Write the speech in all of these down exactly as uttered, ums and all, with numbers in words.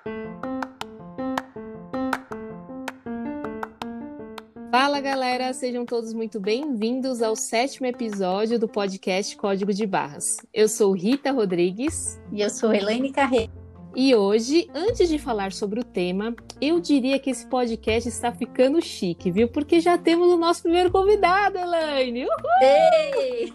Fala galera, sejam todos muito bem-vindos ao sétimo episódio do podcast Código de Barras. Eu sou Rita Rodrigues. E eu sou Elaine Carreira. E hoje, antes de falar sobre o tema, eu diria que esse podcast está ficando chique, viu? Porque já temos o nosso primeiro convidado, Elaine! Uhul! Ei!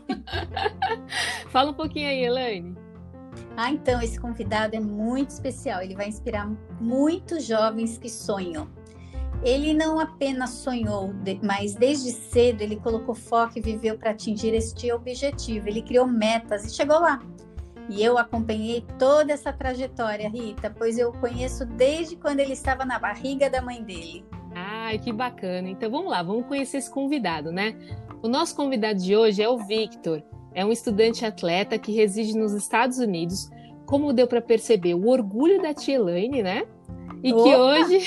Fala um pouquinho aí, Elaine. Ah, então, esse convidado é muito especial. Ele vai inspirar muitos jovens que sonham. Ele não apenas sonhou, mas desde cedo ele colocou foco e viveu para atingir este objetivo. Ele criou metas e chegou lá. E eu acompanhei toda essa trajetória, Rita, pois eu o conheço desde quando ele estava na barriga da mãe dele. Ai, que bacana. Então vamos lá, vamos conhecer esse convidado, né? O nosso convidado de hoje é o Victor. É um estudante atleta que reside nos Estados Unidos. Como deu para perceber, o orgulho da tia Elaine, né? E que, hoje,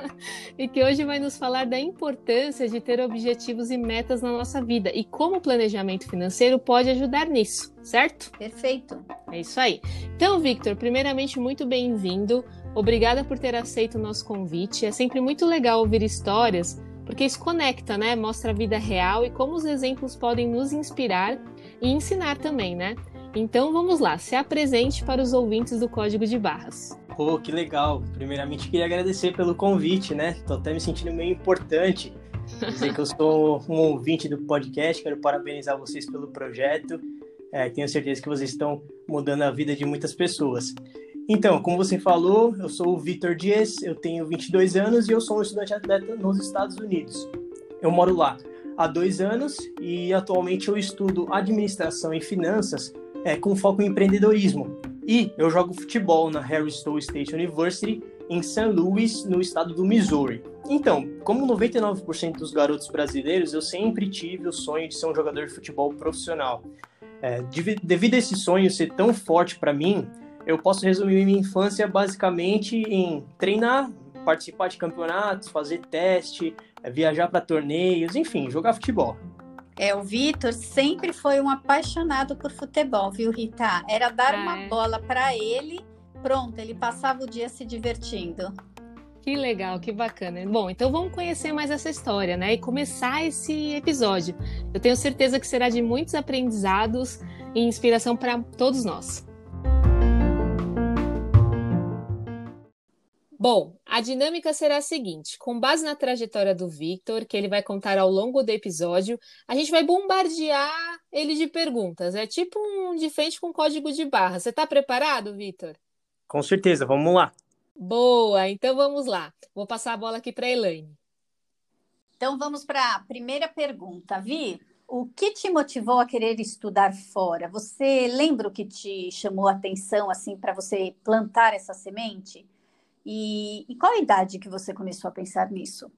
e que hoje vai nos falar da importância de ter objetivos e metas na nossa vida e como o planejamento financeiro pode ajudar nisso, certo? Perfeito. É isso aí. Então, Victor, primeiramente, muito bem-vindo. Obrigada por ter aceito o nosso convite. É sempre muito legal ouvir histórias, porque isso conecta, né? Mostra a vida real e como os exemplos podem nos inspirar e ensinar também, né? Então, vamos lá. Se apresente para os ouvintes do Código de Barras. Pô, que legal. Primeiramente, queria agradecer pelo convite, né? Tô até me sentindo meio importante. Dizer que eu sou um ouvinte do podcast, quero parabenizar vocês pelo projeto. É, tenho certeza que vocês estão mudando a vida de muitas pessoas. Então, como você falou, eu sou o Victor Dias, eu tenho vinte e dois anos e eu sou um estudante atleta nos Estados Unidos. Eu moro lá há dois anos e atualmente eu estudo administração e finanças é, com foco em empreendedorismo. E eu jogo futebol na Harris Stowe State University, em Saint Louis, no estado do Missouri. Então, como noventa e nove por cento dos garotos brasileiros, eu sempre tive o sonho de ser um jogador de futebol profissional. É, devido a esse sonho ser tão forte para mim, eu posso resumir minha infância basicamente em treinar, participar de campeonatos, fazer teste, viajar para torneios, enfim, jogar futebol. É, o Victor sempre foi um apaixonado por futebol, viu, Rita? Era dar ah, uma é? bola para ele, pronto, ele passava o dia se divertindo. Que legal, que bacana. Bom, então vamos conhecer mais essa história, né? E começar esse episódio. Eu tenho certeza que será de muitos aprendizados e inspiração para todos nós. Bom, a dinâmica será a seguinte: com base na trajetória do Victor, que ele vai contar ao longo do episódio, a gente vai bombardear ele de perguntas. É tipo um de frente com código de barra. Você está preparado, Victor? Com certeza, vamos lá. Boa, então vamos lá. Vou passar a bola aqui para a Elaine. Então vamos para a primeira pergunta. Vi, o que te motivou a querer estudar fora? Você lembra o que te chamou a atenção assim, para você plantar essa semente? E, e qual a idade que você começou a pensar nisso?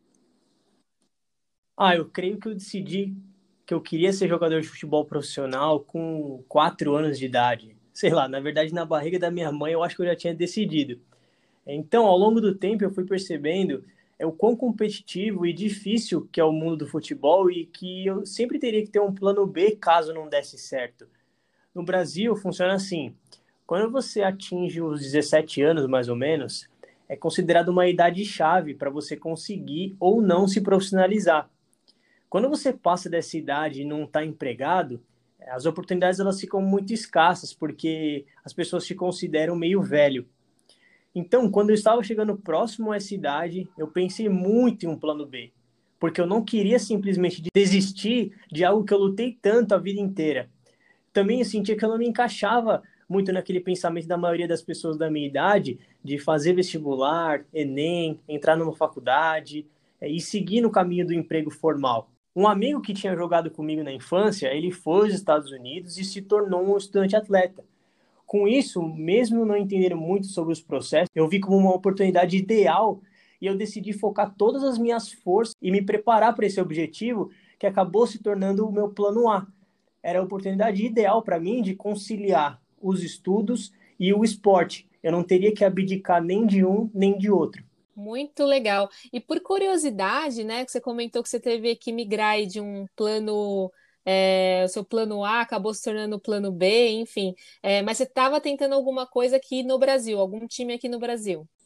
Ah, eu creio que eu decidi que eu queria ser jogador de futebol profissional com quatro anos de idade. Sei lá, na verdade, na barriga da minha mãe, eu acho que eu já tinha decidido. Então, ao longo do tempo, eu fui percebendo é, o quão competitivo e difícil que é o mundo do futebol e que eu sempre teria que ter um plano B caso não desse certo. No Brasil, funciona assim. Quando você atinge os dezessete anos, mais ou menos, é considerado uma idade-chave para você conseguir ou não se profissionalizar. Quando você passa dessa idade e não está empregado, as oportunidades elas ficam muito escassas, porque as pessoas te consideram meio velho. Então, quando eu estava chegando próximo a essa idade, eu pensei muito em um plano B, porque eu não queria simplesmente desistir de algo que eu lutei tanto a vida inteira. Também eu sentia que eu não me encaixava muito naquele pensamento da maioria das pessoas da minha idade, de fazer vestibular, Enem, entrar numa faculdade é, e seguir no caminho do emprego formal. Um amigo que tinha jogado comigo na infância, ele foi aos Estados Unidos e se tornou um estudante atleta. Com isso, mesmo não entendendo muito sobre os processos, eu vi como uma oportunidade ideal e eu decidi focar todas as minhas forças e me preparar para esse objetivo que acabou se tornando o meu plano A. Era a oportunidade ideal para mim de conciliar os estudos e o esporte. Eu não teria que abdicar nem de um, nem de outro. Muito legal. E por curiosidade, né, que você comentou que você teve que migrar de um plano, é, o seu plano A acabou se tornando o plano B, enfim. É, mas você estava tentando alguma coisa aqui no Brasil, algum time aqui no Brasil?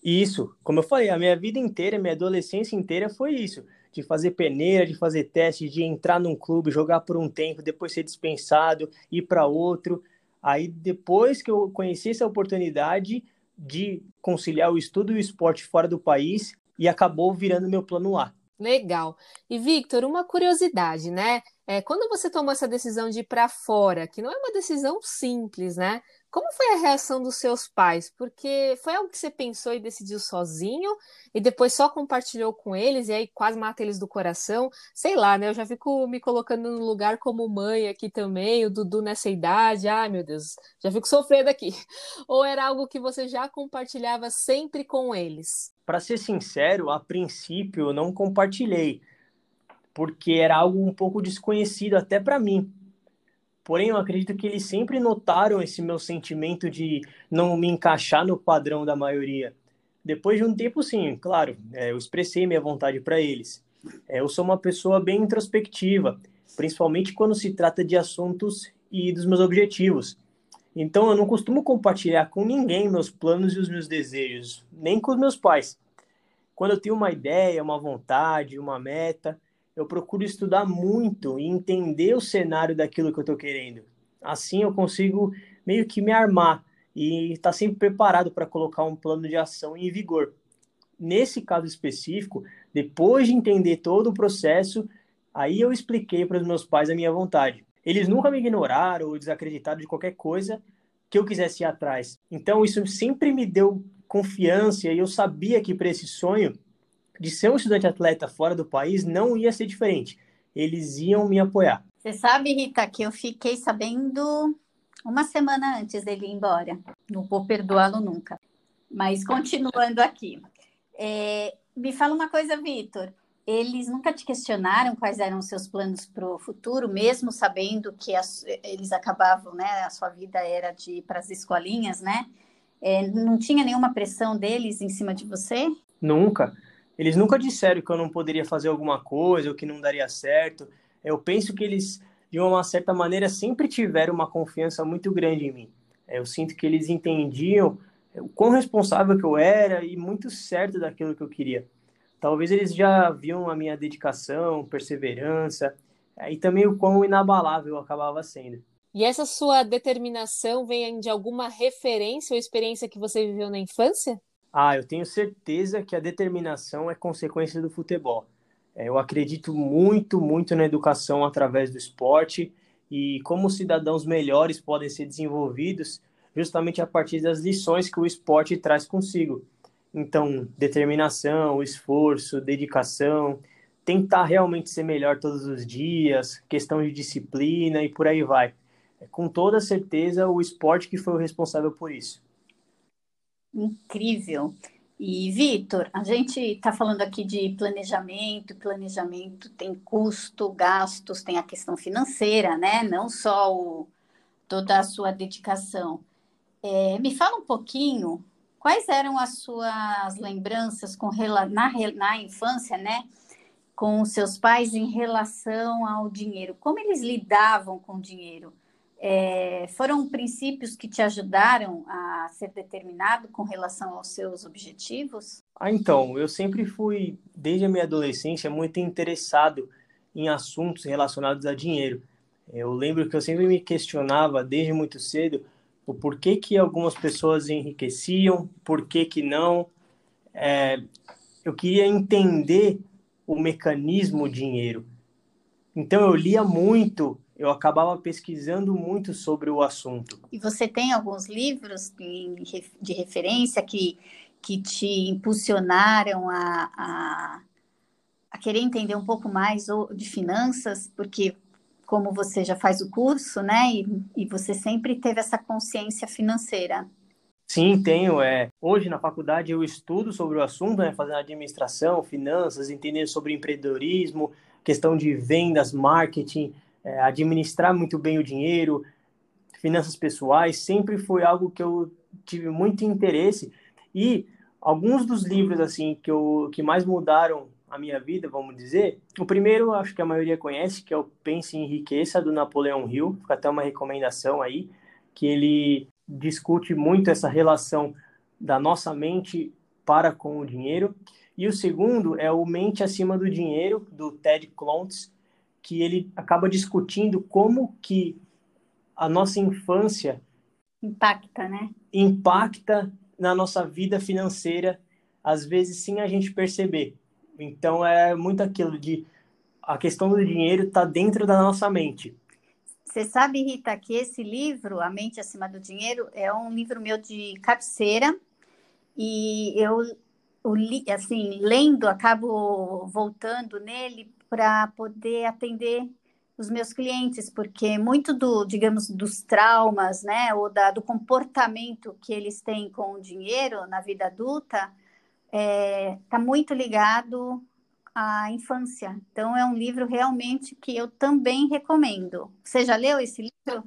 Isso, como eu falei, a minha vida inteira, minha adolescência inteira foi isso, de fazer peneira, de fazer teste, de entrar num clube, jogar por um tempo, depois ser dispensado, ir para outro. Aí depois que eu conheci essa oportunidade de conciliar o estudo e o esporte fora do país, e acabou virando meu plano A. Legal. E Victor, uma curiosidade, né? É, quando você tomou essa decisão de ir para fora, que não é uma decisão simples, né? Como foi a reação dos seus pais? Porque foi algo que você pensou e decidiu sozinho e depois só compartilhou com eles e aí quase mata eles do coração? Sei lá, né? Eu já fico me colocando no lugar como mãe aqui também, o Dudu nessa idade. Ai, meu Deus, já fico sofrendo aqui. Ou era algo que você já compartilhava sempre com eles? Para ser sincero, a princípio eu não compartilhei, porque era algo um pouco desconhecido até para mim. Porém, eu acredito que eles sempre notaram esse meu sentimento de não me encaixar no padrão da maioria. Depois de um tempo, sim, claro, é, eu expressei minha vontade para eles. É, eu sou uma pessoa bem introspectiva, principalmente quando se trata de assuntos e dos meus objetivos. Então, eu não costumo compartilhar com ninguém meus planos e os meus desejos, nem com os meus pais. Quando eu tenho uma ideia, uma vontade, uma meta, eu procuro estudar muito e entender o cenário daquilo que eu estou querendo. Assim eu consigo meio que me armar e estar sempre preparado para colocar um plano de ação em vigor. Nesse caso específico, depois de entender todo o processo, aí eu expliquei para os meus pais a minha vontade. Eles nunca me ignoraram ou desacreditaram de qualquer coisa que eu quisesse ir atrás. Então isso sempre me deu confiança e eu sabia que para esse sonho de ser um estudante atleta fora do país não ia ser diferente. Eles iam me apoiar. Você sabe, Rita, que eu fiquei sabendo uma semana antes dele ir embora. Não vou perdoá-lo nunca. Mas continuando aqui. É, me fala uma coisa, Vitor. Eles nunca te questionaram quais eram os seus planos para o futuro, mesmo sabendo que as, eles acabavam, né? A sua vida era de ir para as escolinhas, né? É, não tinha nenhuma pressão deles em cima de você? Nunca. Eles nunca disseram que eu não poderia fazer alguma coisa ou que não daria certo. Eu penso que eles, de uma certa maneira, sempre tiveram uma confiança muito grande em mim. Eu sinto que eles entendiam o quão responsável que eu era e muito certo daquilo que eu queria. Talvez eles já viam a minha dedicação, perseverança, e também o quão inabalável eu acabava sendo. E essa sua determinação vem de alguma referência ou experiência que você viveu na infância? Ah, eu tenho certeza que a determinação é consequência do futebol. É, eu acredito muito, muito na educação através do esporte e como cidadãos melhores podem ser desenvolvidos justamente a partir das lições que o esporte traz consigo. Então, determinação, esforço, dedicação, tentar realmente ser melhor todos os dias, questão de disciplina e por aí vai. É, com toda certeza, o esporte que foi o responsável por isso. Incrível. E, Vitor, a gente está falando aqui de planejamento, planejamento tem custo, gastos, tem a questão financeira, né? Não só o, toda a sua dedicação. É, me fala um pouquinho, quais eram as suas lembranças com, na, na infância, né? Com os seus pais em relação ao dinheiro? Como eles lidavam com o dinheiro? É, foram princípios que te ajudaram a ser determinado com relação aos seus objetivos? Ah, então, eu sempre fui, desde a minha adolescência, muito interessado em assuntos relacionados a dinheiro. Eu lembro que eu sempre me questionava, desde muito cedo, o porquê que algumas pessoas enriqueciam, por que que não. É, eu queria entender o mecanismo dinheiro. Então, eu lia muito, eu acabava pesquisando muito sobre o assunto. E você tem alguns livros de referência que, que te impulsionaram a, a, a querer entender um pouco mais de finanças? Porque, como você já faz o curso, né? E, e você sempre teve essa consciência financeira. Sim, tenho. É. Hoje, na faculdade, eu estudo sobre o assunto, né, fazendo administração, finanças, entendendo sobre empreendedorismo, questão de vendas, marketing, é, administrar muito bem o dinheiro, finanças pessoais, sempre foi algo que eu tive muito interesse. E alguns dos livros assim que, eu, que mais mudaram a minha vida, vamos dizer, o primeiro, acho que a maioria conhece, que é o Pense e Enriqueça, do Napoleão Hill, fica até uma recomendação aí, que ele discute muito essa relação da nossa mente para com o dinheiro. E o segundo é o Mente Acima do Dinheiro, do Ted Clontz, que ele acaba discutindo como que a nossa infância Impacta, né? impacta na nossa vida financeira, às vezes sem a gente perceber. Então é muito aquilo de a questão do dinheiro está dentro da nossa mente. Você sabe, Rita, que esse livro, A Mente Acima do Dinheiro, é um livro meu de cabeceira e eu, eu li, assim, lendo, acabo voltando nele para poder atender os meus clientes, porque muito do, digamos, dos traumas, né, ou da, do comportamento que eles têm com o dinheiro na vida adulta, está muito ligado à infância. Então, é um livro realmente que eu também recomendo. Você já leu esse livro?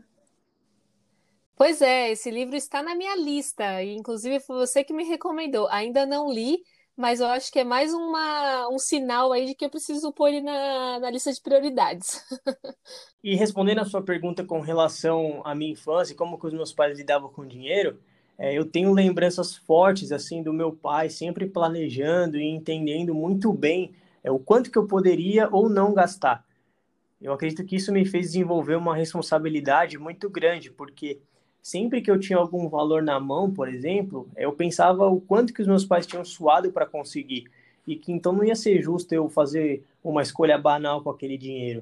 Pois é, esse livro está na minha lista, e inclusive foi você que me recomendou. Ainda não li, mas eu acho que é mais uma, um sinal aí de que eu preciso pôr ele na, na lista de prioridades. E respondendo a sua pergunta com relação à minha infância, como que os meus pais lidavam com dinheiro, é, eu tenho lembranças fortes assim do meu pai sempre planejando e entendendo muito bem é, o quanto que eu poderia ou não gastar. Eu acredito que isso me fez desenvolver uma responsabilidade muito grande, porque sempre que eu tinha algum valor na mão, por exemplo, eu pensava o quanto que os meus pais tinham suado para conseguir, e que então não ia ser justo eu fazer uma escolha banal com aquele dinheiro.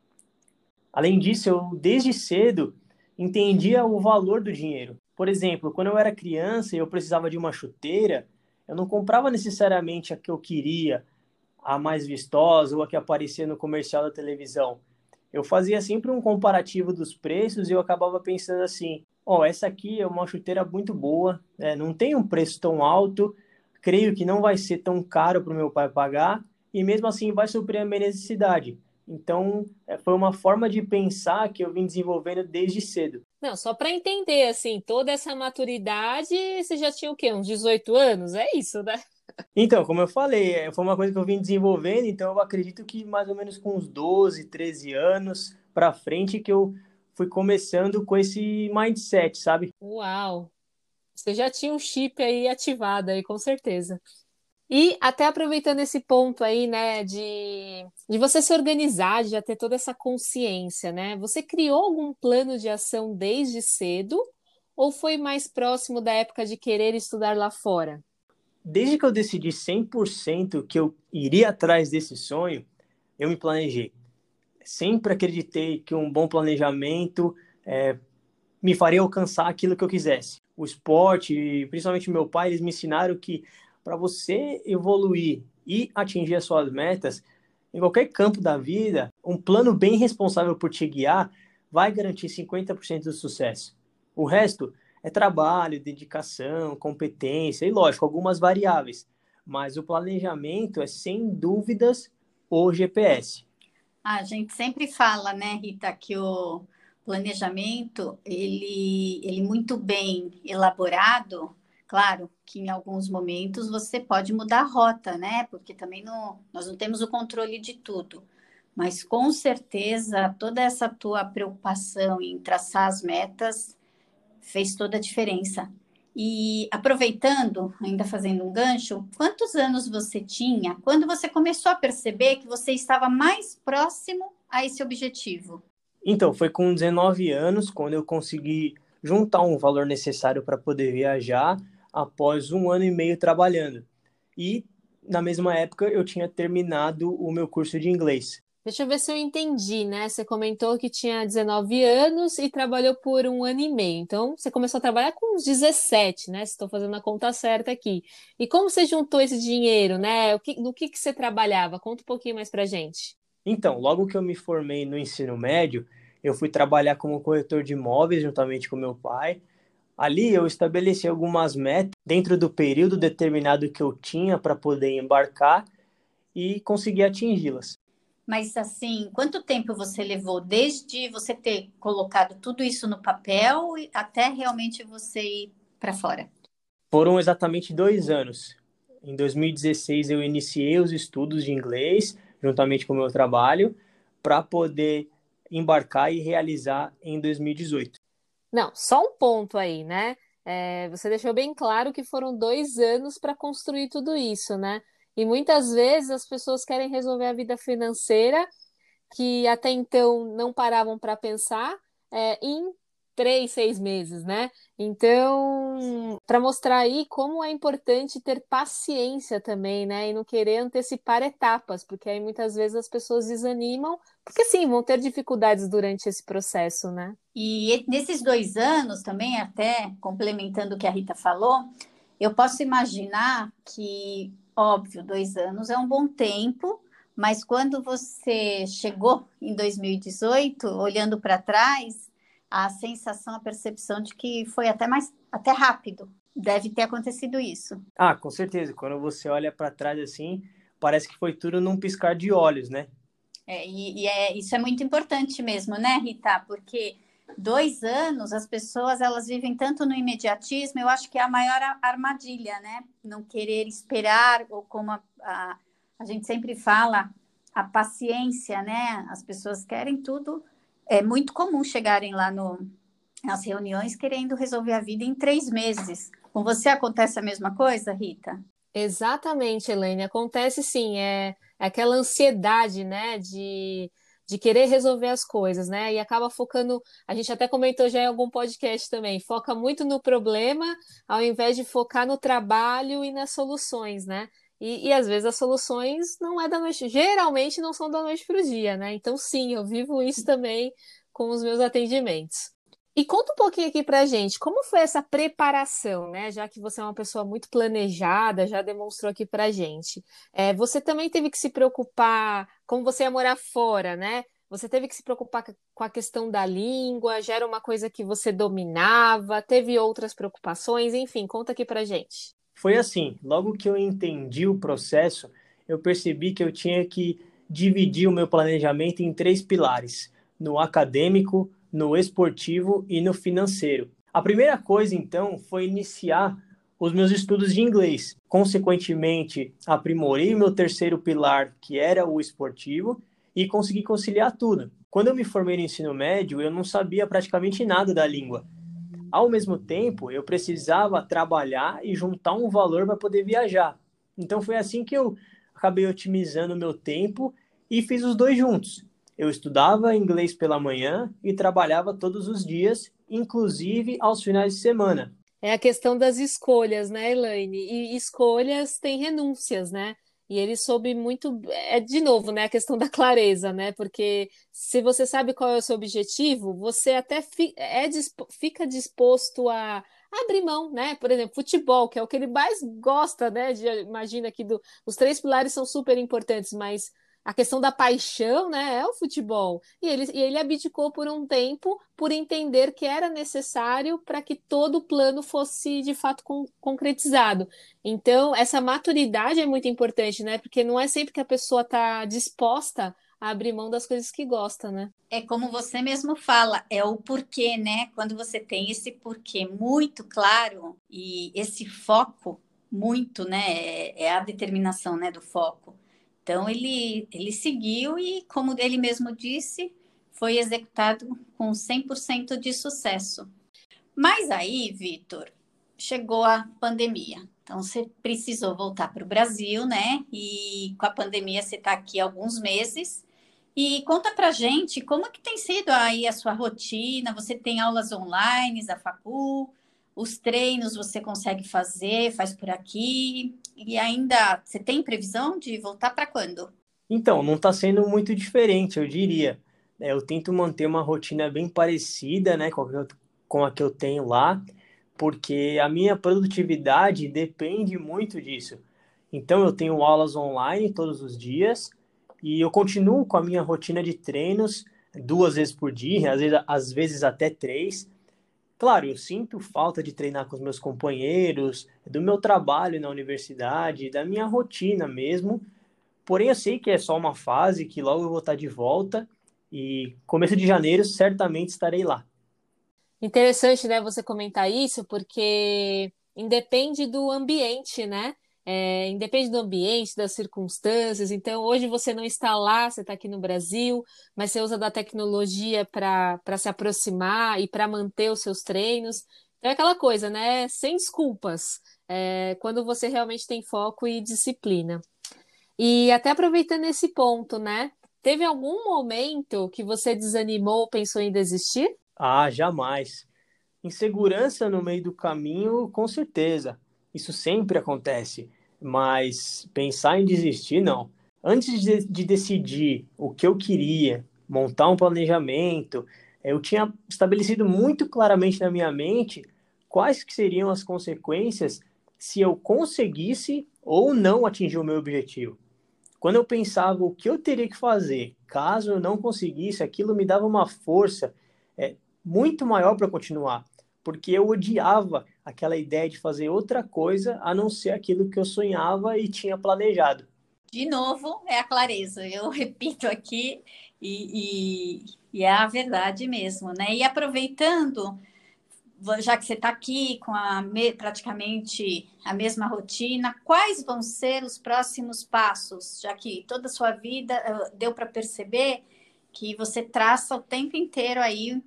Além disso, eu desde cedo entendia o valor do dinheiro. Por exemplo, quando eu era criança e eu precisava de uma chuteira, eu não comprava necessariamente a que eu queria, a mais vistosa ou a que aparecia no comercial da televisão. Eu fazia sempre um comparativo dos preços e eu acabava pensando assim, ó, oh, essa aqui é uma chuteira muito boa, né? Não tem um preço tão alto, creio que não vai ser tão caro para o meu pai pagar e mesmo assim vai suprir a minha necessidade. Então, foi uma forma de pensar que eu vim desenvolvendo desde cedo. Não, só para entender, assim, toda essa maturidade, você já tinha o quê? Uns dezoito anos? É isso, né? Então, como eu falei, foi uma coisa que eu vim desenvolvendo, então eu acredito que mais ou menos com uns doze, treze anos para frente que eu fui começando com esse mindset, sabe? Uau! Você já tinha um chip aí ativado aí, com certeza. E até aproveitando esse ponto aí, né, de, de você se organizar, de já ter toda essa consciência, né? Você criou algum plano de ação desde cedo ou foi mais próximo da época de querer estudar lá fora? Desde que eu decidi cem por cento que eu iria atrás desse sonho, eu me planejei. Sempre acreditei que um bom planejamento é, me faria alcançar aquilo que eu quisesse. O esporte, principalmente meu pai, eles me ensinaram que para você evoluir e atingir as suas metas, em qualquer campo da vida, um plano bem responsável por te guiar vai garantir cinquenta por cento do sucesso. O resto é trabalho, dedicação, competência e, lógico, algumas variáveis. Mas o planejamento é, sem dúvidas, o G P S. A gente sempre fala, né, Rita, que o planejamento, ele, ele muito bem elaborado, claro que em alguns momentos você pode mudar a rota, né, porque também não, nós não temos o controle de tudo, mas com certeza toda essa tua preocupação em traçar as metas fez toda a diferença. E aproveitando, ainda fazendo um gancho, quantos anos você tinha quando você começou a perceber que você estava mais próximo a esse objetivo? Então, foi com dezenove anos, quando eu consegui juntar um valor necessário para poder viajar, após um ano e meio trabalhando. E, na mesma época, eu tinha terminado o meu curso de inglês. Deixa eu ver se eu entendi, né? Você comentou que tinha dezenove anos e trabalhou por um ano e meio. Então, você começou a trabalhar com uns dezessete, né? Se estou fazendo a conta certa aqui. E como você juntou esse dinheiro, né? O que, no que, que você trabalhava? Conta um pouquinho mais pra gente. Então, logo que eu me formei no ensino médio, eu fui trabalhar como corretor de imóveis juntamente com meu pai. Ali eu estabeleci algumas metas dentro do período determinado que eu tinha para poder embarcar e conseguir atingi-las. Mas assim, quanto tempo você levou desde você ter colocado tudo isso no papel até realmente você ir para fora? Foram exatamente dois anos. Em dois mil e dezesseis eu iniciei os estudos de inglês, juntamente com o meu trabalho, para poder embarcar e realizar em dois mil e dezoito. Não, só um ponto aí, né? É, você deixou bem claro que foram dois anos para construir tudo isso, né? E muitas vezes as pessoas querem resolver a vida financeira que até então não paravam para pensar é, em três, seis meses, né? Então, para mostrar aí como é importante ter paciência também, né? E não querer antecipar etapas, porque aí muitas vezes as pessoas desanimam, porque sim, vão ter dificuldades durante esse processo, né? E nesses dois anos também, até complementando o que a Rita falou, eu posso imaginar que, óbvio, dois anos é um bom tempo, mas quando você chegou em dois mil e dezoito, olhando para trás, a sensação, a percepção de que foi até mais, até rápido. Deve ter acontecido isso. Ah, com certeza. Quando você olha para trás assim, parece que foi tudo num piscar de olhos, né? É, e e é, isso é muito importante mesmo, né, Rita? Porque dois anos, as pessoas elas vivem tanto no imediatismo, eu acho que é a maior armadilha, né? Não querer esperar, ou como a, a, a gente sempre fala, a paciência, né? As pessoas querem tudo. É muito comum chegarem lá no, nas reuniões querendo resolver a vida em três meses. Com você acontece a mesma coisa, Rita? Exatamente, Elaine. Acontece sim, é, é aquela ansiedade, né, de, de querer resolver as coisas, né? E acaba focando, a gente até comentou já em algum podcast também, foca muito no problema, ao invés de focar no trabalho e nas soluções, né? E, e às vezes as soluções não é da noite, geralmente não são da noite para o dia, né? Então, sim, eu vivo isso também com os meus atendimentos. E conta um pouquinho aqui pra gente, como foi essa preparação, né? Já que você é uma pessoa muito planejada, já demonstrou aqui pra gente. É, você também teve que se preocupar, como você ia morar fora, né? Você teve que se preocupar c- com a questão da língua, já era uma coisa que você dominava, teve outras preocupações, enfim, conta aqui pra gente. Foi assim, logo que eu entendi o processo, eu percebi que eu tinha que dividir o meu planejamento em três pilares: no acadêmico, no esportivo e no financeiro. A primeira coisa, então, foi iniciar os meus estudos de inglês. Consequentemente, aprimorei o meu terceiro pilar, que era o esportivo, e consegui conciliar tudo. Quando eu me formei no ensino médio, eu não sabia praticamente nada da língua. Ao mesmo tempo, eu precisava trabalhar e juntar um valor para poder viajar. Então foi assim que eu acabei otimizando o meu tempo e fiz os dois juntos. Eu estudava inglês pela manhã e trabalhava todos os dias, inclusive aos finais de semana. É a questão das escolhas, né, Elaine? E escolhas têm renúncias, né? E ele soube muito. É de novo, né? A questão da clareza, né? Porque se você sabe qual é o seu objetivo, você até fi- é, dispo- fica disposto a abrir mão, né? Por exemplo, futebol, que é o que ele mais gosta, né? De, imagina que do, os três pilares são super importantes, mas a questão da paixão, né? É o futebol. E ele, e ele abdicou por um tempo por entender que era necessário para que todo o plano fosse de fato con concretizado. Então, essa maturidade é muito importante, né? Porque não é sempre que a pessoa está disposta a abrir mão das coisas que gosta, né? É como você mesmo fala, é o porquê, né? Quando você tem esse porquê muito claro e esse foco muito, né? É, é a determinação, né, do foco. Então ele ele seguiu e, como ele mesmo disse, foi executado com cem por cento de sucesso. Mas aí, Vitor, chegou a pandemia. Então você precisou voltar para o Brasil, né? E com a pandemia você está aqui há alguns meses. E conta pra gente como que tem sido aí a sua rotina. Você tem aulas online da facul, os treinos você consegue fazer, faz por aqui. E ainda você tem previsão de voltar para quando? Então, não está sendo muito diferente, eu diria. É, eu tento manter uma rotina bem parecida, né, com a que eu, com a que eu tenho lá, porque a minha produtividade depende muito disso. Então, eu tenho aulas online todos os dias e eu continuo com a minha rotina de treinos duas vezes por dia, às vezes, às vezes até três. Claro, eu sinto falta de treinar com os meus companheiros, do meu trabalho na universidade, da minha rotina mesmo. Porém, eu sei que é só uma fase, que logo eu vou estar de volta e começo de janeiro certamente estarei lá. Interessante, né, você comentar isso, porque independe do ambiente, né? É, independe do ambiente, das circunstâncias. Então, hoje você não está lá, você está aqui no Brasil, mas você usa da tecnologia para para se aproximar e para manter os seus treinos. Então é aquela coisa, né? Sem desculpas, é, quando você realmente tem foco e disciplina. E até aproveitando esse ponto, né? Teve algum momento que você desanimou ou pensou em desistir? Ah, jamais. Insegurança no meio do caminho, com certeza. Isso sempre acontece. Mas pensar em desistir, não. Antes de, de decidir o que eu queria, montar um planejamento, eu tinha estabelecido muito claramente na minha mente quais que seriam as consequências se eu conseguisse ou não atingir o meu objetivo. Quando eu pensava o que eu teria que fazer caso eu não conseguisse, aquilo me dava uma força é, muito maior para continuar, porque eu odiava aquela ideia de fazer outra coisa a não ser aquilo que eu sonhava e tinha planejado. De novo, é a clareza. Eu repito aqui e, e, e é a verdade mesmo, né? E aproveitando, já que você está aqui com a, praticamente a mesma rotina, quais vão ser os próximos passos? Já que toda a sua vida deu para perceber que você traça o tempo inteiro aí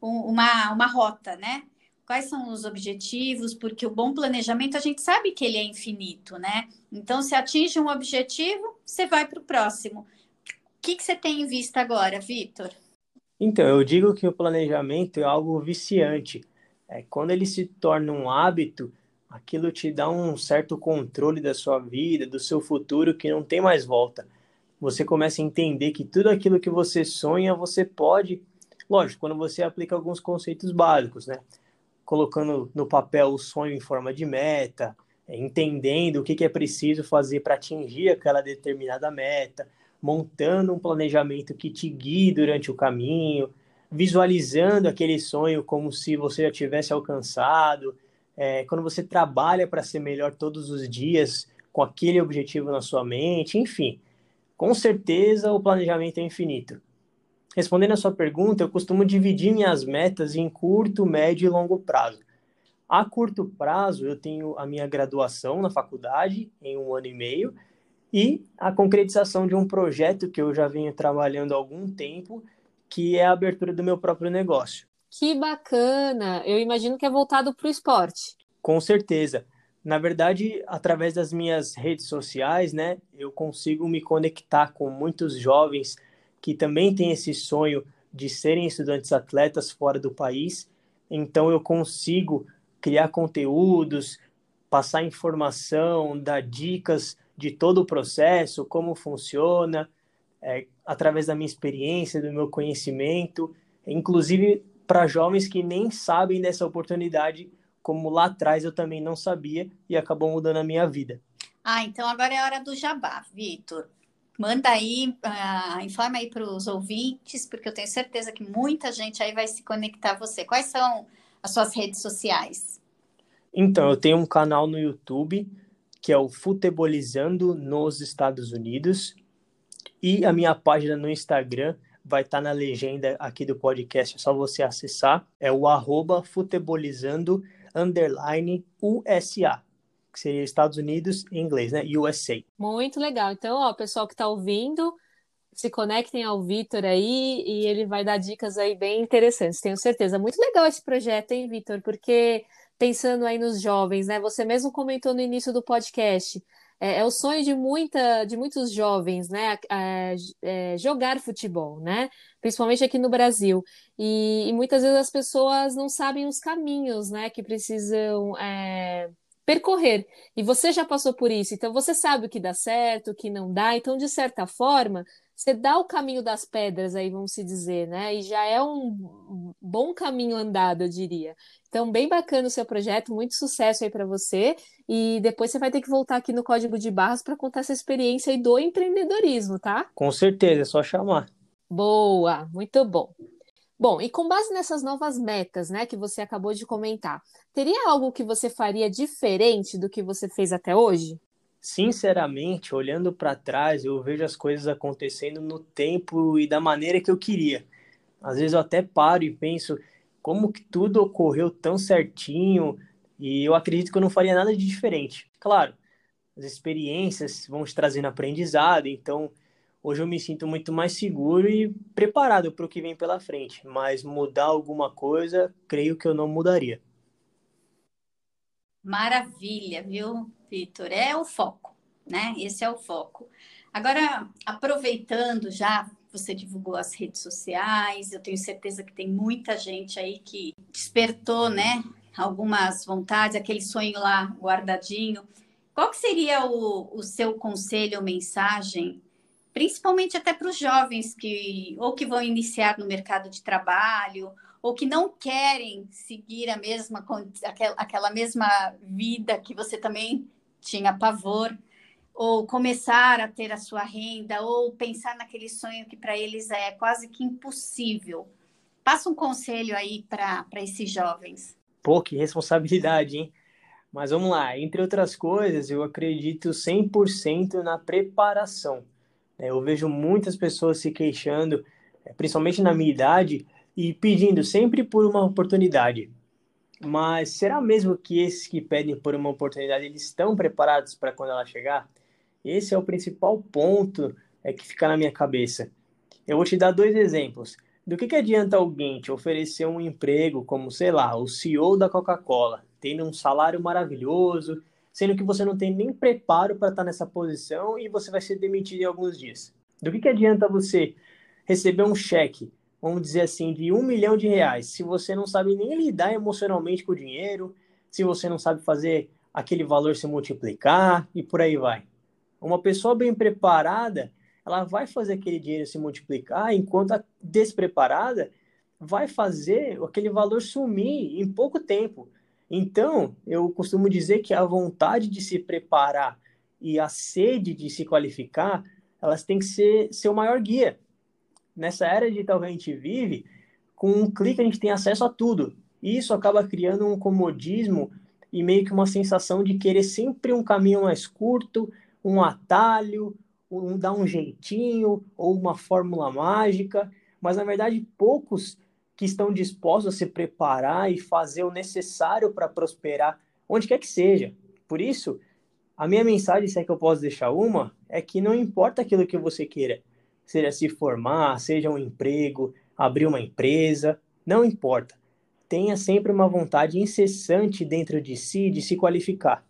uma, uma rota, né? Quais são os objetivos? Porque o bom planejamento a gente sabe que ele é infinito, né? Então, se atinge um objetivo, você vai para o próximo. O que, que você tem em vista agora, Vitor? Então, eu digo que o planejamento é algo viciante. É, quando ele se torna um hábito, aquilo te dá um certo controle da sua vida, do seu futuro, que não tem mais volta. Você começa a entender que tudo aquilo que você sonha, você pode. Lógico, quando você aplica alguns conceitos básicos, né? Colocando no papel o sonho em forma de meta, é, entendendo o que, que é preciso fazer para atingir aquela determinada meta, montando um planejamento que te guie durante o caminho, visualizando aquele sonho como se você já tivesse alcançado, é, quando você trabalha para ser melhor todos os dias, com aquele objetivo na sua mente, enfim, com certeza o planejamento é infinito. Respondendo a sua pergunta, eu costumo dividir minhas metas em curto, médio e longo prazo. A curto prazo, eu tenho a minha graduação na faculdade, em um ano e meio, e a concretização de um projeto que eu já venho trabalhando há algum tempo, que é a abertura do meu próprio negócio. Que bacana! Eu imagino que é voltado para o esporte. Com certeza. Na verdade, através das minhas redes sociais, né, eu consigo me conectar com muitos jovens que também têm esse sonho de serem estudantes atletas fora do país. Então, eu consigo criar conteúdos, passar informação, dar dicas de todo o processo, como funciona, é, através da minha experiência, do meu conhecimento, inclusive para jovens que nem sabem dessa oportunidade, como lá atrás eu também não sabia e acabou mudando a minha vida. Ah, então agora é a hora do jabá, Vitor. Manda aí, uh, informa aí para os ouvintes, porque eu tenho certeza que muita gente aí vai se conectar a você. Quais são as suas redes sociais? Então, eu tenho um canal no YouTube, que é o Futebolizando nos Estados Unidos, e a minha página no Instagram vai estar na legenda aqui do podcast, é só você acessar, é o arroba futebolizando underline U S A, que seria Estados Unidos em inglês, né? U S A. Muito legal. Então, ó, pessoal que está ouvindo, se conectem ao Vitor aí e ele vai dar dicas aí bem interessantes, tenho certeza. Muito legal esse projeto, hein, Vitor? Porque pensando aí nos jovens, né? Você mesmo comentou no início do podcast, é, é o sonho de muita, de muitos jovens, né? É, é, jogar futebol, né? Principalmente aqui no Brasil. E, e muitas vezes as pessoas não sabem os caminhos, né? Que precisam é, percorrer. E você já passou por isso, então você sabe o que dá certo, o que não dá. Então, de certa forma você dá o caminho das pedras aí, vamos se dizer, né? E já é um bom caminho andado, eu diria. Então, bem bacana o seu projeto, muito sucesso aí para você. E depois você vai ter que voltar aqui no Código de Barras para contar essa experiência aí do empreendedorismo, tá? Com certeza, é só chamar. Boa, muito bom. Bom, e com base nessas novas metas, né, que você acabou de comentar, teria algo que você faria diferente do que você fez até hoje? Sinceramente, olhando para trás, eu vejo as coisas acontecendo no tempo e da maneira que eu queria. Às vezes eu até paro e penso como que tudo ocorreu tão certinho e eu acredito que eu não faria nada de diferente. Claro, as experiências vão te trazendo aprendizado, então hoje eu me sinto muito mais seguro e preparado para o que vem pela frente, mas mudar alguma coisa, creio que eu não mudaria. Maravilha, viu, Vitor? É o foco, né? Esse é o foco. Agora, aproveitando já, você divulgou as redes sociais, eu tenho certeza que tem muita gente aí que despertou, né? Algumas vontades, aquele sonho lá guardadinho. Qual que seria o, o seu conselho ou mensagem, principalmente até para os jovens que ou que vão iniciar no mercado de trabalho, ou que não querem seguir a mesma, aquela, aquela mesma vida que você também tinha pavor, ou começar a ter a sua renda, ou pensar naquele sonho que para eles é quase que impossível. Passa um conselho aí para esses jovens. Pô, que responsabilidade, hein? Mas vamos lá, entre outras coisas, eu acredito cem por cento na preparação. Eu vejo muitas pessoas se queixando, principalmente na minha idade, e pedindo sempre por uma oportunidade. Mas será mesmo que esses que pedem por uma oportunidade, eles estão preparados para quando ela chegar? Esse é o principal ponto é, que fica na minha cabeça. Eu vou te dar dois exemplos. Do que, que adianta alguém te oferecer um emprego como, sei lá, o C E O da Coca-Cola, tendo um salário maravilhoso, sendo que você não tem nem preparo para estar nessa posição e você vai ser demitido em alguns dias? Do que, que adianta você receber um cheque, vamos dizer assim, de um milhão de reais, se você não sabe nem lidar emocionalmente com o dinheiro, se você não sabe fazer aquele valor se multiplicar e por aí vai? Uma pessoa bem preparada, ela vai fazer aquele dinheiro se multiplicar, enquanto a despreparada vai fazer aquele valor sumir em pouco tempo. Então, eu costumo dizer que a vontade de se preparar e a sede de se qualificar, elas têm que ser seu maior guia. Nessa era digital que a gente vive, com um clique a gente tem acesso a tudo. E isso acaba criando um comodismo e meio que uma sensação de querer sempre um caminho mais curto, um atalho, um, dar um jeitinho ou uma fórmula mágica, mas na verdade poucos que estão dispostos a se preparar e fazer o necessário para prosperar, onde quer que seja. Por isso, a minha mensagem, se é que eu posso deixar uma, é que não importa aquilo que você queira, seja se formar, seja um emprego, abrir uma empresa, não importa. Tenha sempre uma vontade incessante dentro de si de se qualificar.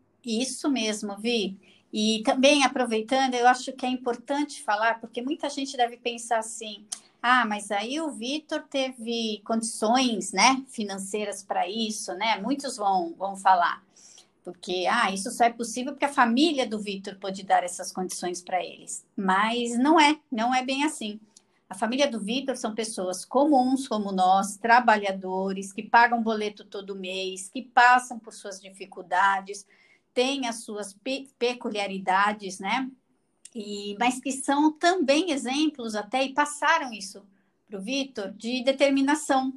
Isso mesmo, Vi. E também aproveitando, eu acho que é importante falar, porque muita gente deve pensar assim, ah, mas aí o Vitor teve condições, né, financeiras para isso, né? Muitos vão, vão falar, porque ah, isso só é possível porque a família do Vitor pode dar essas condições para eles. Mas não é, não é bem assim. A família do Vitor são pessoas comuns como nós, trabalhadores, que pagam boleto todo mês, que passam por suas dificuldades, têm as suas pe- peculiaridades, né? E, mas que são também exemplos até, e passaram isso para o Vitor, de determinação.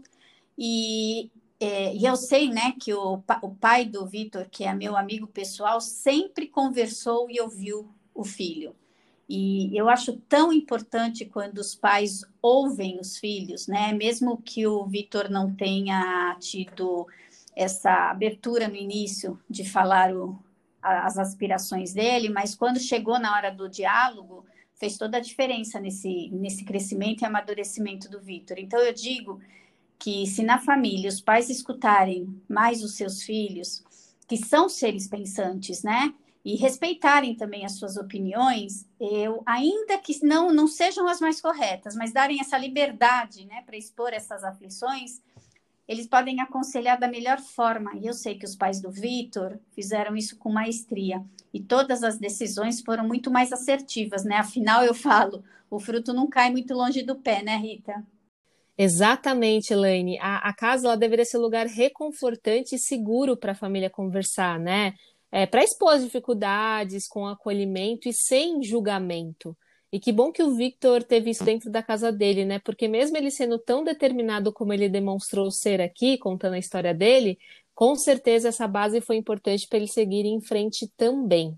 E, é, e eu sei, né, que o, pa- o pai do Vitor, que é meu amigo pessoal, sempre conversou e ouviu o filho. E eu acho tão importante quando os pais ouvem os filhos, né? Mesmo que o Vitor não tenha tido essa abertura no início de falar o, as aspirações dele, mas quando chegou na hora do diálogo, fez toda a diferença nesse, nesse crescimento e amadurecimento do Vitor. Então, eu digo que se na família os pais escutarem mais os seus filhos, que são seres pensantes, né? E respeitarem também as suas opiniões, eu, ainda que não, não sejam as mais corretas, mas darem essa liberdade, né, para expor essas aflições, eles podem aconselhar da melhor forma. E eu sei que os pais do Vitor fizeram isso com maestria. E todas as decisões foram muito mais assertivas, né? Afinal, eu falo, o fruto não cai muito longe do pé, né, Rita? Exatamente, Elaine. A, a casa ela deveria ser um lugar reconfortante e seguro para a família conversar, né? É, para expor as dificuldades, com acolhimento e sem julgamento. E que bom que o Victor teve isso dentro da casa dele, né? Porque mesmo ele sendo tão determinado como ele demonstrou ser aqui, contando a história dele, com certeza essa base foi importante para ele seguir em frente também.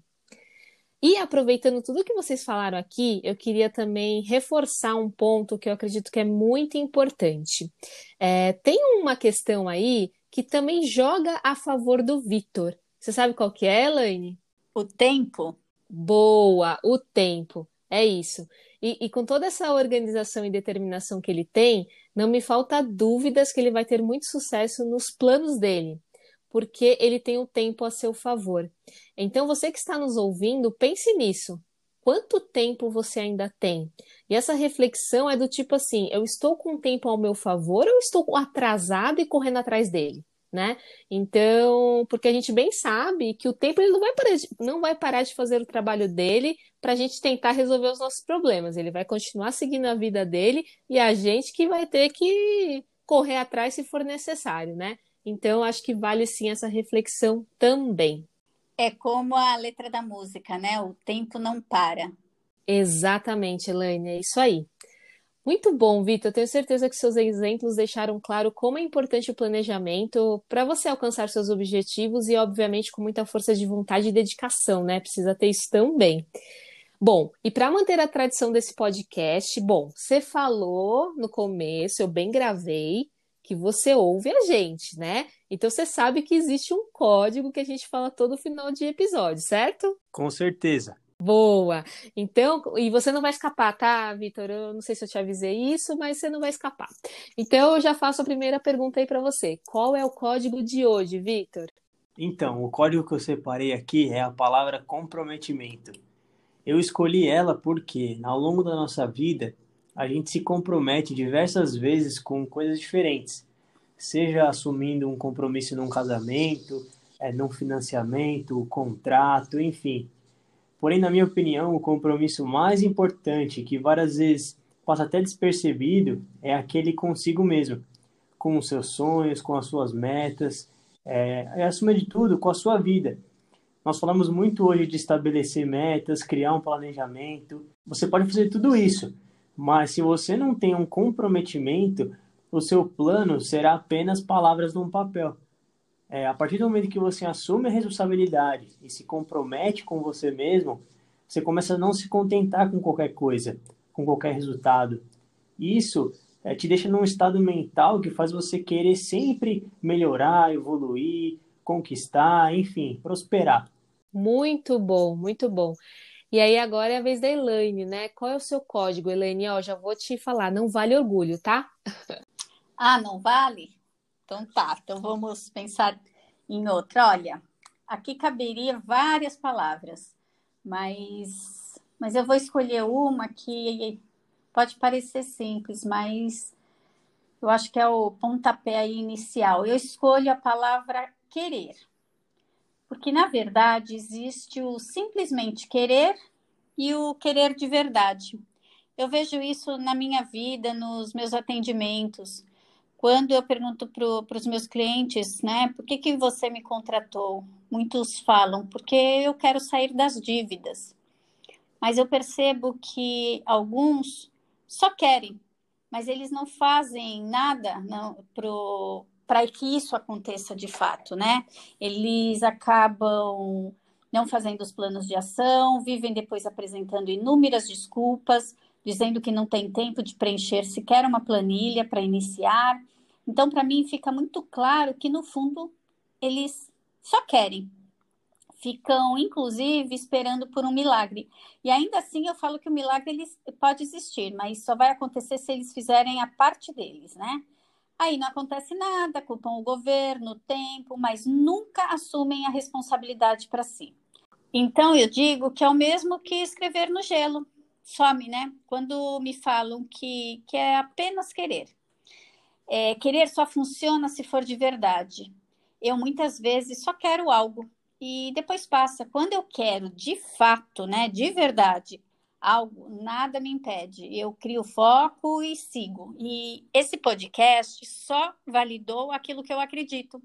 E aproveitando tudo que vocês falaram aqui, eu queria também reforçar um ponto que eu acredito que é muito importante. É, tem uma questão aí que também joga a favor do Vitor. Você sabe qual que é, Elaine? O tempo. Boa, o tempo. É isso. E, e com toda essa organização e determinação que ele tem, não me falta dúvidas que ele vai ter muito sucesso nos planos dele. porque ele tem o tempo a seu favor. Então, você que está nos ouvindo, pense nisso. Quanto tempo você ainda tem? E essa reflexão é do tipo assim, eu estou com o tempo ao meu favor ou eu estou atrasado e correndo atrás dele? Né? Então, porque a gente bem sabe que o tempo ele não vai parar de, não vai parar de fazer o trabalho dele para a gente tentar resolver os nossos problemas. Ele vai continuar seguindo a vida dele e a gente que vai ter que correr atrás se for necessário, né? Então, acho que vale sim essa reflexão também. É como a letra da música, né? O tempo não para. Exatamente, Elaine, é isso aí. Muito bom, Vitor. Tenho certeza que seus exemplos deixaram claro como é importante o planejamento para você alcançar seus objetivos e, obviamente, com muita força de vontade e dedicação, né? Precisa ter isso também. Bom, e para manter a tradição desse podcast, bom, você falou no começo, eu bem gravei, que você ouve a gente, né? Então você sabe que existe um código que a gente fala todo final de episódio, certo? Com certeza. Boa! Então, e você não vai escapar, tá, Vitor? Eu não sei se eu te avisei isso, mas você não vai escapar. Então, eu já faço a primeira pergunta aí para você. Qual é o código de hoje, Vitor? Então, o código que eu separei aqui é a palavra comprometimento. Eu escolhi ela porque, ao longo da nossa vida, a gente se compromete diversas vezes com coisas diferentes. Seja assumindo um compromisso num casamento, é, num financiamento, contrato, enfim. Porém, na minha opinião, o compromisso mais importante, que várias vezes passa até despercebido, é aquele consigo mesmo, com os seus sonhos, com as suas metas, é, e, acima de tudo, com a sua vida. Nós falamos muito hoje de estabelecer metas, criar um planejamento. Você pode fazer tudo isso, mas se você não tem um comprometimento, o seu plano será apenas palavras num papel. É, a partir do momento que você assume a responsabilidade e se compromete com você mesmo, você começa a não se contentar com qualquer coisa, com qualquer resultado. Isso é, te deixa num estado mental que faz você querer sempre melhorar, evoluir, conquistar, enfim, prosperar. Muito bom, muito bom. E aí agora é a vez da Elaine, né? Qual é o seu código, Elaine? Ó, já vou te falar, não vale orgulho, tá? Ah, não vale? Então tá, então vamos pensar em outra. Olha, aqui caberia várias palavras, mas, mas eu vou escolher uma que pode parecer simples, mas eu acho que é o pontapé aí inicial. Eu escolho a palavra querer, porque na verdade existe o simplesmente querer e o querer de verdade. Eu vejo isso na minha vida, nos meus atendimentos. Quando eu pergunto para os meus clientes, né, por que, que você me contratou? Muitos falam, porque eu quero sair das dívidas. Mas eu percebo que alguns só querem, mas eles não fazem nada para que isso aconteça de fato, né? Eles acabam não fazendo os planos de ação, vivem depois apresentando inúmeras desculpas, dizendo que não tem tempo de preencher sequer uma planilha para iniciar. Então, para mim, fica muito claro que, no fundo, eles só querem. Ficam, inclusive, esperando por um milagre. E ainda assim, eu falo que o milagre ele pode existir, mas só vai acontecer se eles fizerem a parte deles, né? Aí não acontece nada, culpam o governo, o tempo, mas nunca assumem a responsabilidade para si. Então, eu digo que é o mesmo que escrever no gelo. Some, né? Quando me falam que, que é apenas querer. É, querer só funciona se for de verdade. Eu muitas vezes só quero algo e depois passa. Quando eu quero de fato, né, de verdade, algo, nada me impede. Eu crio foco e sigo. E esse podcast só validou aquilo que eu acredito.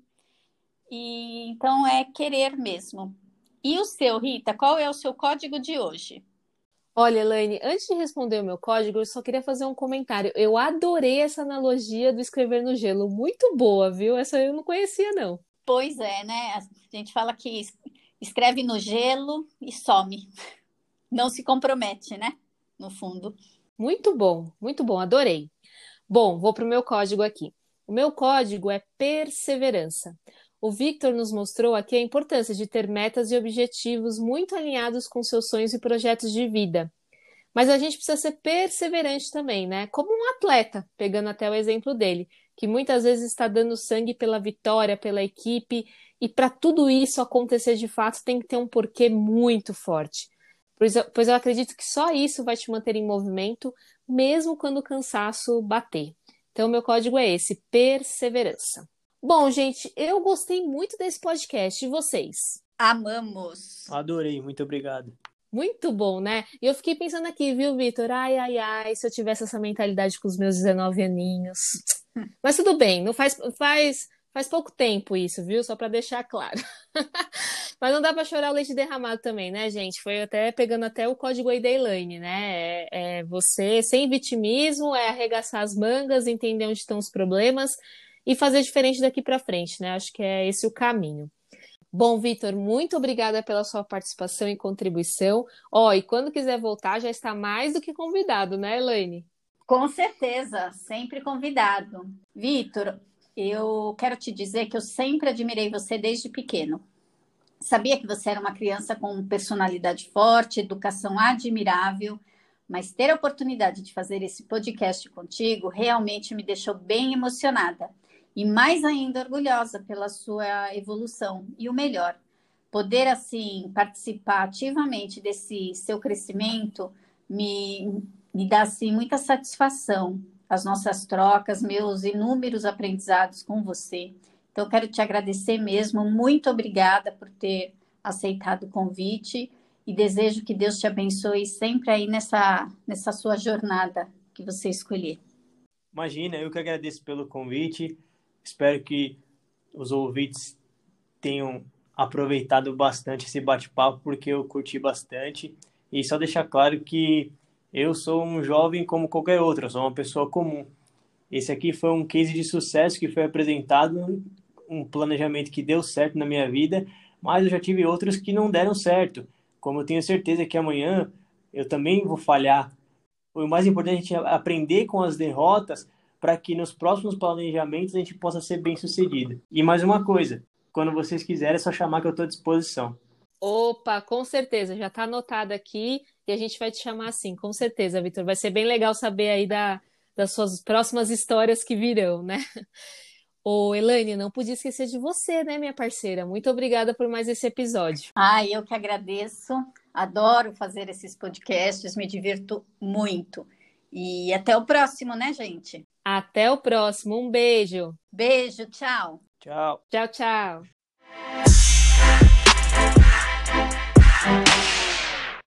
E então é querer mesmo. E o seu, Rita, qual é o seu código de hoje? Olha, Elaine, antes de responder o meu código, eu só queria fazer um comentário. Eu adorei essa analogia do escrever no gelo. Muito boa, viu? Essa eu não conhecia, não. Pois é, né? A gente fala que escreve no gelo e some. Não se compromete, né? No fundo. Muito bom, muito bom, adorei. Bom, vou para o meu código aqui. O meu código é perseverança. O Victor nos mostrou aqui a importância de ter metas e objetivos muito alinhados com seus sonhos e projetos de vida. Mas a gente precisa ser perseverante também, né? Como um atleta, pegando até o exemplo dele, que muitas vezes está dando sangue pela vitória, pela equipe, E para tudo isso acontecer de fato, tem que ter um porquê muito forte. Pois eu, pois eu acredito que só isso vai te manter em movimento, mesmo quando o cansaço bater. Então, meu código é esse, perseverança. Bom, gente, eu gostei muito desse podcast. E vocês? Amamos. Adorei, muito obrigado. Muito bom, né? E eu fiquei pensando aqui, viu, Vitor? Ai, ai, ai, se eu tivesse essa mentalidade com os meus dezenove aninhos. Mas tudo bem, não faz, faz, faz pouco tempo isso, viu? Só para deixar claro. Mas não dá para chorar o leite derramado também, né, gente? Foi até pegando até o código aí da Elaine, né? É, é você, sem vitimismo, é arregaçar as mangas, entender onde estão os problemas e fazer diferente daqui para frente, né? Acho que é esse o caminho. Bom, Vitor, muito obrigada pela sua participação e contribuição. Ó, oh, e quando quiser voltar, já está mais do que convidado, né, Elaine? Com certeza, sempre convidado. Vitor, eu quero te dizer que eu sempre admirei você desde pequeno. Sabia que você era uma criança com personalidade forte, educação admirável, mas ter a oportunidade de fazer esse podcast contigo realmente me deixou bem emocionada. E mais ainda orgulhosa pela sua evolução. E o melhor, poder assim participar ativamente desse seu crescimento me, me dá assim, muita satisfação. As nossas trocas, meus inúmeros aprendizados com você. Então, eu quero te agradecer mesmo. Muito obrigada por ter aceitado o convite e desejo que Deus te abençoe sempre aí nessa, nessa sua jornada que você escolher. Imagina, eu que agradeço pelo convite. Espero que os ouvintes tenham aproveitado bastante esse bate-papo, porque eu curti bastante. E só deixar claro que eu sou um jovem como qualquer outro, eu sou uma pessoa comum. Esse aqui foi um case de sucesso que foi apresentado, um planejamento que deu certo na minha vida, mas eu já tive outros que não deram certo. Como eu tenho certeza que amanhã eu também vou falhar. O mais importante é a gente aprender com as derrotas, para que nos próximos planejamentos a gente possa ser bem sucedido. E mais uma coisa, quando vocês quiserem é só chamar que eu estou à disposição. Opa, com certeza, já está anotado aqui e a gente vai te chamar assim, com certeza, Vitor. Vai ser bem legal saber aí da, das suas próximas histórias que virão, né? Ô, Elaine, não podia esquecer de você, né, minha parceira? Muito obrigada por mais esse episódio. Ah, eu que agradeço, adoro fazer esses podcasts, me divirto muito. E até o próximo, né, gente? Até o próximo. Um beijo. Beijo, tchau. Tchau. Tchau, tchau.